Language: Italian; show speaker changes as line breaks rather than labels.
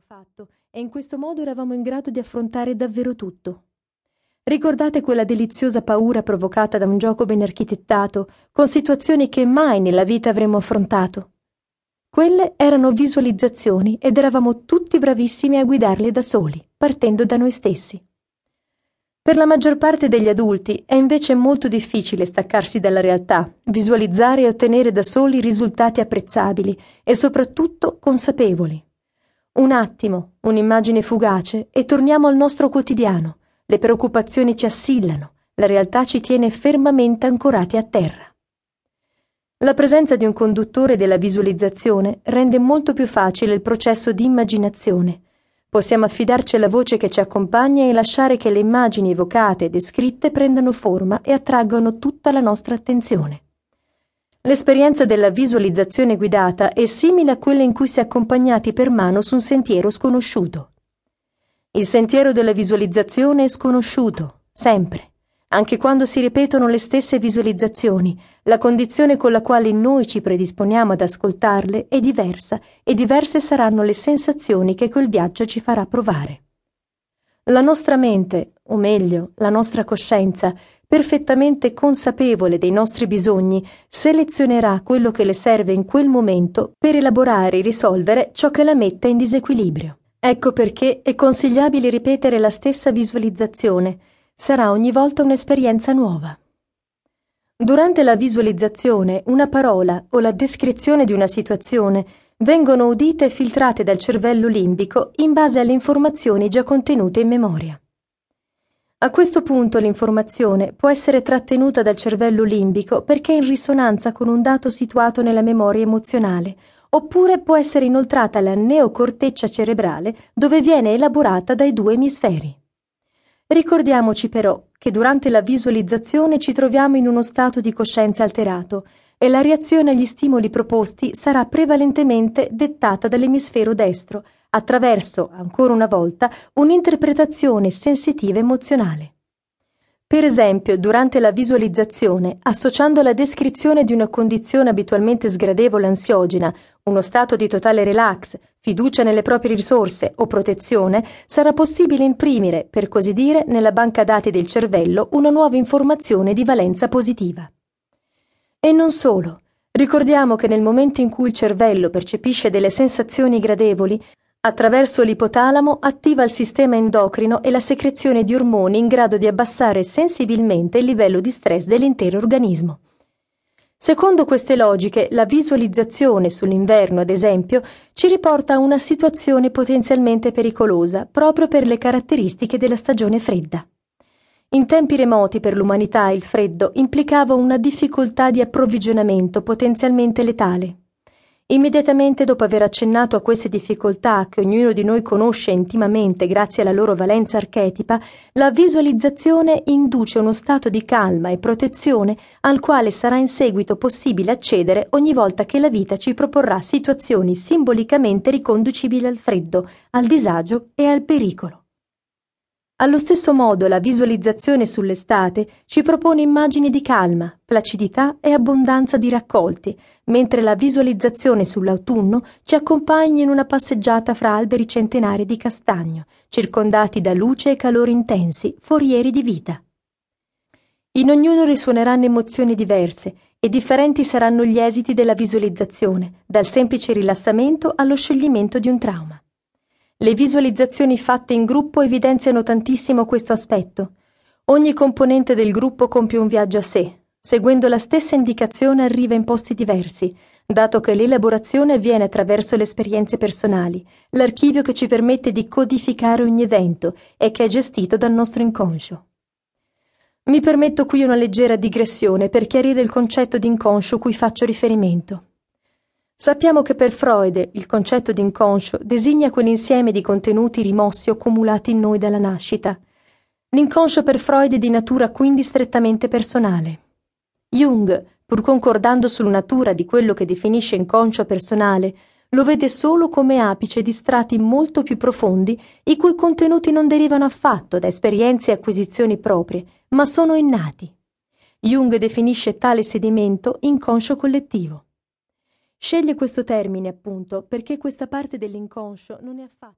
fatto e in questo modo eravamo in grado di affrontare davvero tutto. Ricordate quella deliziosa paura provocata da un gioco ben architettato, con situazioni che mai nella vita avremmo affrontato? Quelle erano visualizzazioni ed eravamo tutti bravissimi a guidarle da soli, partendo da noi stessi. Per la maggior parte degli adulti è invece molto difficile staccarsi dalla realtà, visualizzare e ottenere da soli risultati apprezzabili e soprattutto consapevoli. Un attimo, un'immagine fugace e torniamo al nostro quotidiano. Le preoccupazioni ci assillano, la realtà ci tiene fermamente ancorati a terra. La presenza di un conduttore della visualizzazione rende molto più facile il processo di immaginazione. Possiamo affidarci alla voce che ci accompagna e lasciare che le immagini evocate e descritte prendano forma e attraggano tutta la nostra attenzione. L'esperienza della visualizzazione guidata è simile a quella in cui si è accompagnati per mano su un sentiero sconosciuto. Il sentiero della visualizzazione è sconosciuto, sempre, anche quando si ripetono le stesse visualizzazioni. La condizione con la quale noi ci predisponiamo ad ascoltarle è diversa e diverse saranno le sensazioni che quel viaggio ci farà provare. La nostra mente, o meglio, la nostra coscienza, perfettamente consapevole dei nostri bisogni, selezionerà quello che le serve in quel momento per elaborare e risolvere ciò che la metta in disequilibrio. Ecco perché è consigliabile ripetere la stessa visualizzazione. Sarà ogni volta un'esperienza nuova. Durante la visualizzazione, una parola o la descrizione di una situazione vengono udite e filtrate dal cervello limbico in base alle informazioni già contenute in memoria. A questo punto l'informazione può essere trattenuta dal cervello limbico perché è in risonanza con un dato situato nella memoria emozionale, oppure può essere inoltrata alla neocorteccia cerebrale, dove viene elaborata dai due emisferi. Ricordiamoci però che durante la visualizzazione ci troviamo in uno stato di coscienza alterato e la reazione agli stimoli proposti sarà prevalentemente dettata dall'emisfero destro, attraverso, ancora una volta, un'interpretazione sensitiva emozionale. Per esempio, durante la visualizzazione, associando la descrizione di una condizione abitualmente sgradevole ansiogena, uno stato di totale relax, fiducia nelle proprie risorse o protezione, sarà possibile imprimere, per così dire, nella banca dati del cervello una nuova informazione di valenza positiva. E non solo. Ricordiamo che nel momento in cui il cervello percepisce delle sensazioni gradevoli, attraverso l'ipotalamo attiva il sistema endocrino e la secrezione di ormoni in grado di abbassare sensibilmente il livello di stress dell'intero organismo. Secondo queste logiche, la visualizzazione sull'inverno, ad esempio, ci riporta a una situazione potenzialmente pericolosa proprio per le caratteristiche della stagione fredda. In tempi remoti per l'umanità il freddo implicava una difficoltà di approvvigionamento potenzialmente letale. Immediatamente dopo aver accennato a queste difficoltà che ognuno di noi conosce intimamente grazie alla loro valenza archetipa, la visualizzazione induce uno stato di calma e protezione al quale sarà in seguito possibile accedere ogni volta che la vita ci proporrà situazioni simbolicamente riconducibili al freddo, al disagio e al pericolo. Allo stesso modo la visualizzazione sull'estate ci propone immagini di calma, placidità e abbondanza di raccolti, mentre la visualizzazione sull'autunno ci accompagna in una passeggiata fra alberi centenari di castagno, circondati da luce e calore intensi, forieri di vita. In ognuno risuoneranno emozioni diverse e differenti saranno gli esiti della visualizzazione, dal semplice rilassamento allo scioglimento di un trauma. Le visualizzazioni fatte in gruppo evidenziano tantissimo questo aspetto. Ogni componente del gruppo compie un viaggio a sé, seguendo la stessa indicazione arriva in posti diversi, dato che l'elaborazione avviene attraverso le esperienze personali, l'archivio che ci permette di codificare ogni evento e che è gestito dal nostro inconscio. Mi permetto qui una leggera digressione per chiarire il concetto di inconscio cui faccio riferimento. Sappiamo che per Freud il concetto di inconscio designa quell'insieme di contenuti rimossi o accumulati in noi dalla nascita. L'inconscio per Freud è di natura quindi strettamente personale. Jung, pur concordando sulla natura di quello che definisce inconscio personale, lo vede solo come apice di strati molto più profondi i cui contenuti non derivano affatto da esperienze e acquisizioni proprie, ma sono innati. Jung definisce tale sedimento inconscio collettivo. Sceglie questo termine, appunto, perché questa parte dell'inconscio non è affatto